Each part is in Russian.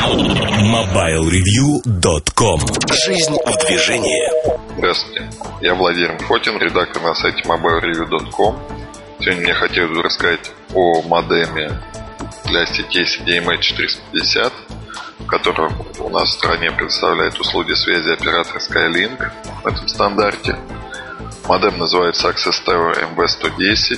MobileReview.com. Жизнь в движении. Здравствуйте, я Владимир Фотин, редактор на сайте MobileReview.com. Сегодня мне хотелось бы рассказать о модеме для сетей CDMA 450, который у нас в стране предоставляет услуги связи оператор Skylink в этом стандарте. Модем называется AccessTower MV110.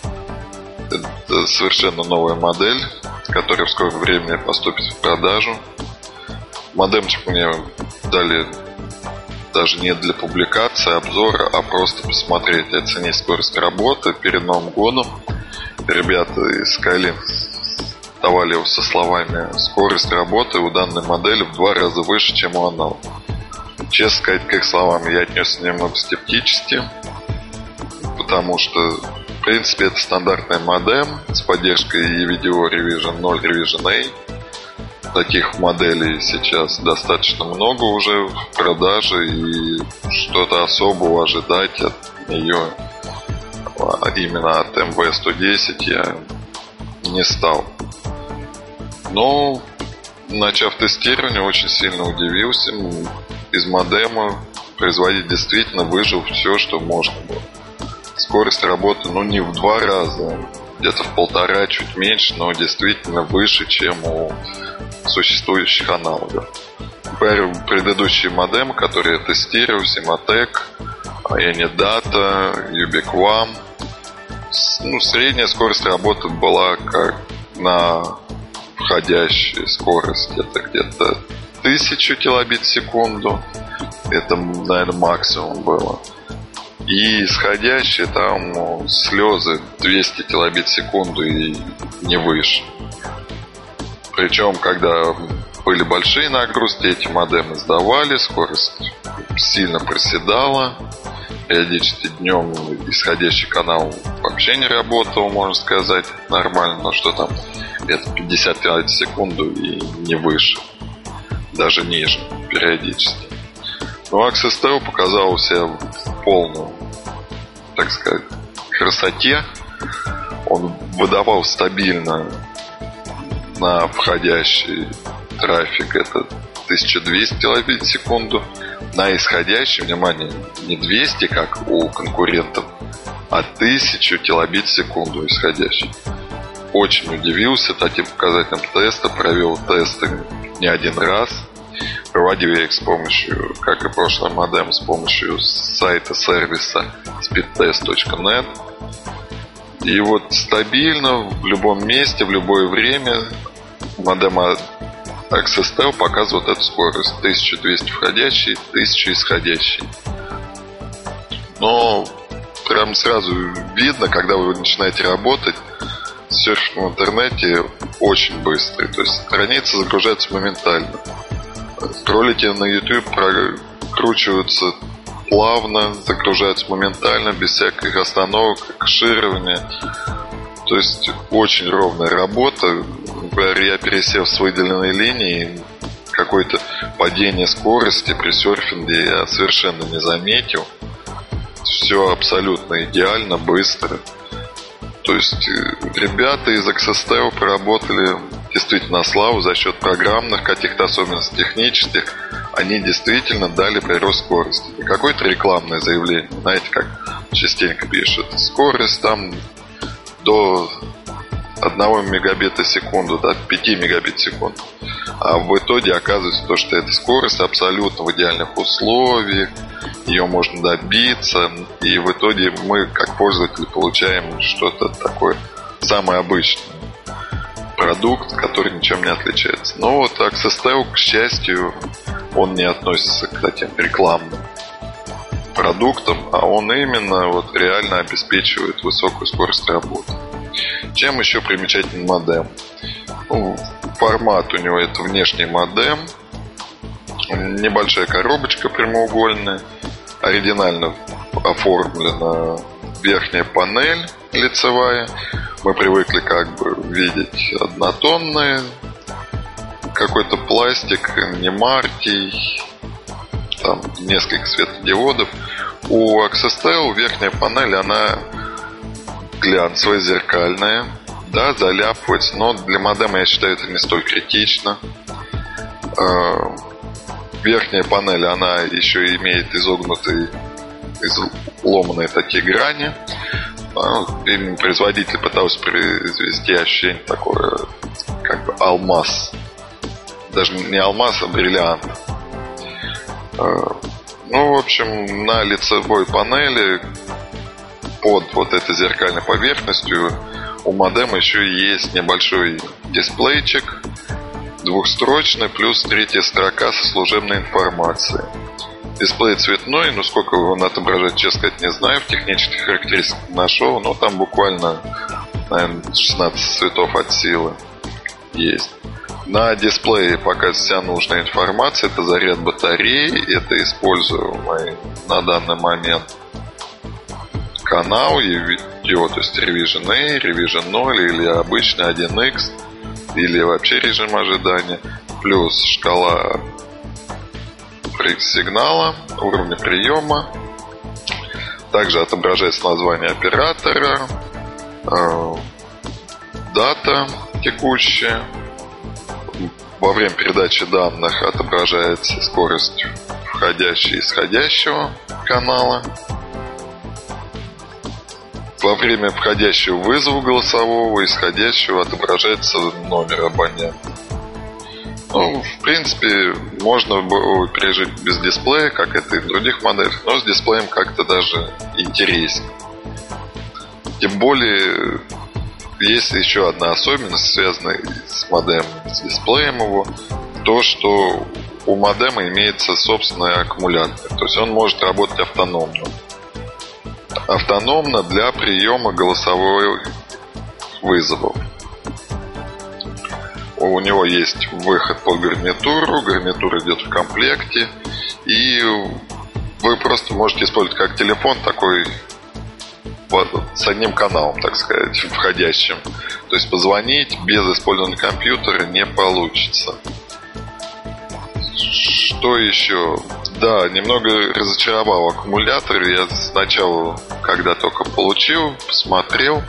Это совершенно новая модель, которая в скором времени поступит в продажу. Модемчик мне дали даже не для публикации, обзора, а просто посмотреть и оценить скорость работы перед Новым годом. Ребята из Skylink давали его со словами: скорость работы у данной модели в 2 раза выше, чем у аналога. Честно сказать, к их словам я отнесся немного скептически, потому что, в принципе, это стандартный модем с поддержкой eVideo Revision 0, Revision A. Таких моделей сейчас достаточно много уже в продаже, и что-то особого ожидать от нее, именно от MV110, я не стал. Но, начав тестирование, очень сильно удивился. Из модема производитель действительно выжил все, что можно было. Скорость работы, не в 2 раза, где-то в 1,5, чуть меньше, но действительно выше, чем у существующих аналогов. Например, предыдущие модемы, которые я тестировал, Symantec, Enidata, Ubiquam, средняя скорость работы была как на входящей скорость, где-то 1000 килобит в секунду. Это, наверное, максимум было. И исходящие там слезы 200 килобит в секунду и не выше. Причем, когда были большие нагрузки, эти модемы сдавали, скорость сильно проседала. Периодически днем исходящий канал вообще не работал, можно сказать, нормально. Но что там, это 50 килобит в секунду и не выше. Даже ниже, периодически. Но AccessTower показал себя в полной, так сказать, красоте. Он выдавал стабильно на входящий трафик это 1200 килобит в секунду. На исходящий, внимание, не 200, как у конкурентов, а 1000 килобит в секунду исходящий. Очень удивился таким показателем теста. Провел тесты не один раз. Проводил я их с помощью, как и прошлый модем, с помощью сайта сервиса speedtest.net. И вот стабильно в любом месте, в любое время модем AccessTower показывает эту скорость: 1200 входящий, 1000 исходящий. Но прям сразу видно, когда вы начинаете работать, серфинг в интернете очень быстрый. То есть страница загружается моментально. Ролики на YouTube прокручиваются плавно, загружаются моментально, без всяких остановок, кэширования. То есть очень ровная работа. Например, я пересел с выделенной линии, какое-то падение скорости при серфинге я совершенно не заметил. Все абсолютно идеально, быстро. То есть ребята из AccessTower поработали действительно на славу за счет программных каких-то особенностей, технических. Они действительно дали прирост скорости. Не какое-то рекламное заявление, знаете, как частенько пишут: скорость там до 1 мегабита в секунду, до 5 мегабит в секунду. А в итоге оказывается то, что эта скорость абсолютно в идеальных условиях, ее можно добиться, и в итоге мы, как пользователи, получаем что-то такое самое обычное. Продукт, который ничем не отличается. Но вот AccessTower, к счастью, он не относится к таким рекламным продуктам, а он именно реально обеспечивает высокую скорость работы. Чем еще примечателен модем? Формат у него — это внешний модем, небольшая коробочка прямоугольная, оригинально оформлена верхняя панель лицевая. Мы привыкли видеть однотонные, какой-то пластик, немартий, там несколько светодиодов. У AccessTower верхняя панель, она глянцевая, зеркальная. Да, заляпывается, но для модема, я считаю, это не столь критично. Верхняя панель, она еще имеет изогнутые, изломанные такие грани. Производитель пытался произвести ощущение такое, как бы алмаз. Даже не алмаз, а бриллиант. В общем, на лицевой панели под вот этой зеркальной поверхностью у модема еще есть небольшой дисплейчик, двухстрочный, плюс третья строка со служебной информацией. Дисплей цветной, но сколько он отображает, честно сказать, не знаю. В технических характеристиках нашел, но там буквально, наверное, 16 цветов от силы есть. На дисплее показывается вся нужная информация. Это заряд батареи, это используемый на данный момент канал и видео, то есть Revision A, Revision 0 или обычный 1X, или вообще режим ожидания, плюс шкала сигнала, уровня приема. Также отображается название оператора, дата текущая. Во время передачи данных отображается скорость входящего и исходящего канала. Во время входящего вызова голосового, исходящего отображается номер абонента. В принципе, можно было пережить без дисплея, как это и в других моделях, но с дисплеем как-то даже интереснее. Тем более, есть еще одна особенность, связанная с модемом, с дисплеем его, то, что у модема имеется собственный аккумулятор, то есть он может работать автономно. Автономно для приема голосовых вызовов. У него есть выход под гарнитуру, гарнитура идет в комплекте, и вы просто можете использовать как телефон такой с одним каналом, так сказать, входящим. То есть позвонить без использования компьютера не получится. Что еще? Да, немного разочаровал аккумулятор. Я сначала, когда только получил, посмотрел,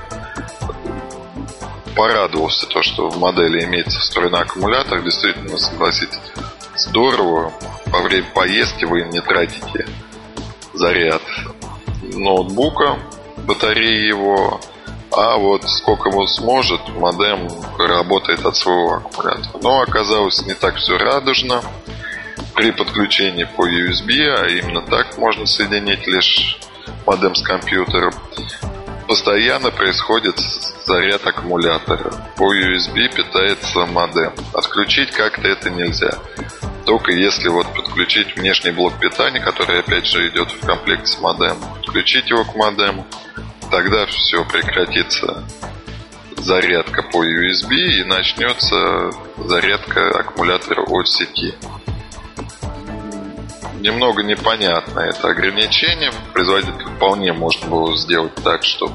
порадовался то, что в модели имеется встроенный аккумулятор. Действительно, согласитесь, здорово. Во время поездки вы не тратите заряд ноутбука, батареи его, а вот сколько он сможет, модем работает от своего аккумулятора. Но оказалось не так все радужно. При подключении по USB, а именно так можно соединить лишь модем с компьютером, постоянно происходит заряд аккумулятора. По USB питается модем. Отключить как-то это нельзя. Только если подключить внешний блок питания, который опять же идет в комплекте с модемом, подключить его к модему, тогда все, прекратится зарядка по USB и начнется зарядка аккумулятора от сети. Немного непонятно это ограничение. Производитель вполне можно было сделать так, чтобы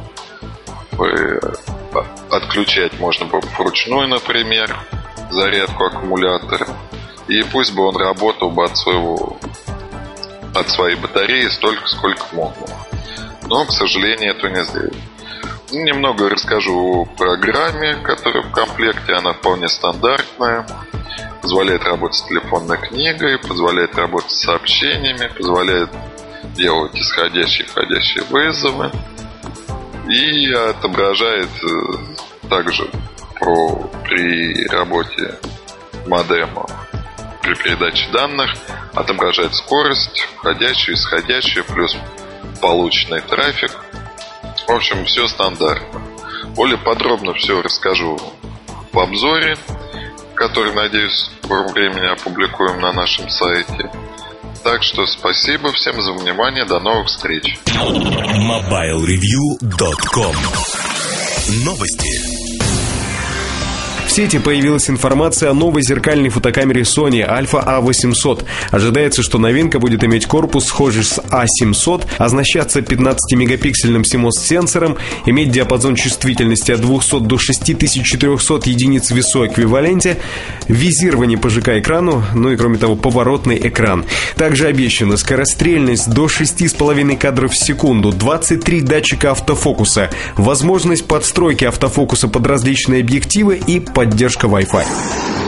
отключать можно было вручную, например, зарядку аккумулятора. И пусть бы он работал бы от своей батареи столько, сколько можно. Но, к сожалению, это не сделали. Немного расскажу о программе, которая в комплекте. Она вполне стандартная. Позволяет работать с телефонной книгой, позволяет работать с сообщениями, позволяет делать исходящие и входящие вызовы. И отображает также при работе модема, при передаче данных, отображает скорость, входящую, исходящую, плюс полученный трафик. В общем, все стандартно. Более подробно все расскажу в обзоре, который, надеюсь, в скором времени опубликуем на нашем сайте. Так что спасибо всем за внимание. До новых встреч. MobileReview.com. Новости. В сети появилась информация о новой зеркальной фотокамере Sony Alpha A800. Ожидается, что новинка будет иметь корпус, схожий с A700, оснащаться 15-мегапиксельным CMOS-сенсором, иметь диапазон чувствительности от 200 до 6400 единиц в ISO-эквиваленте, визирование по ЖК-экрану, ну и, кроме того, поворотный экран. Также обещана скорострельность до 6,5 кадров в секунду, 23 датчика автофокуса, возможность подстройки автофокуса под различные объективы и поддержка Wi-Fi.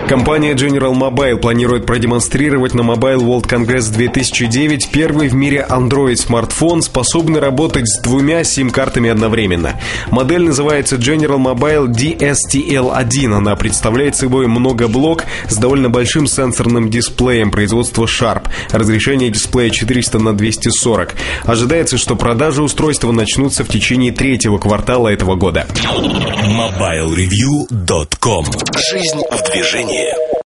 Компания General Mobile планирует продемонстрировать на Mobile World Congress 2009 первый в мире Android-смартфон, способный работать с 2 сим-картами одновременно. Модель называется General Mobile DSTL-1. Она представляет собой многоблок с довольно большим сенсорным дисплеем производства Sharp. Разрешение дисплея 400 на 240. Ожидается, что продажи устройства начнутся в течение 3-го квартала этого года. MobileReview.com. Жизнь в движении.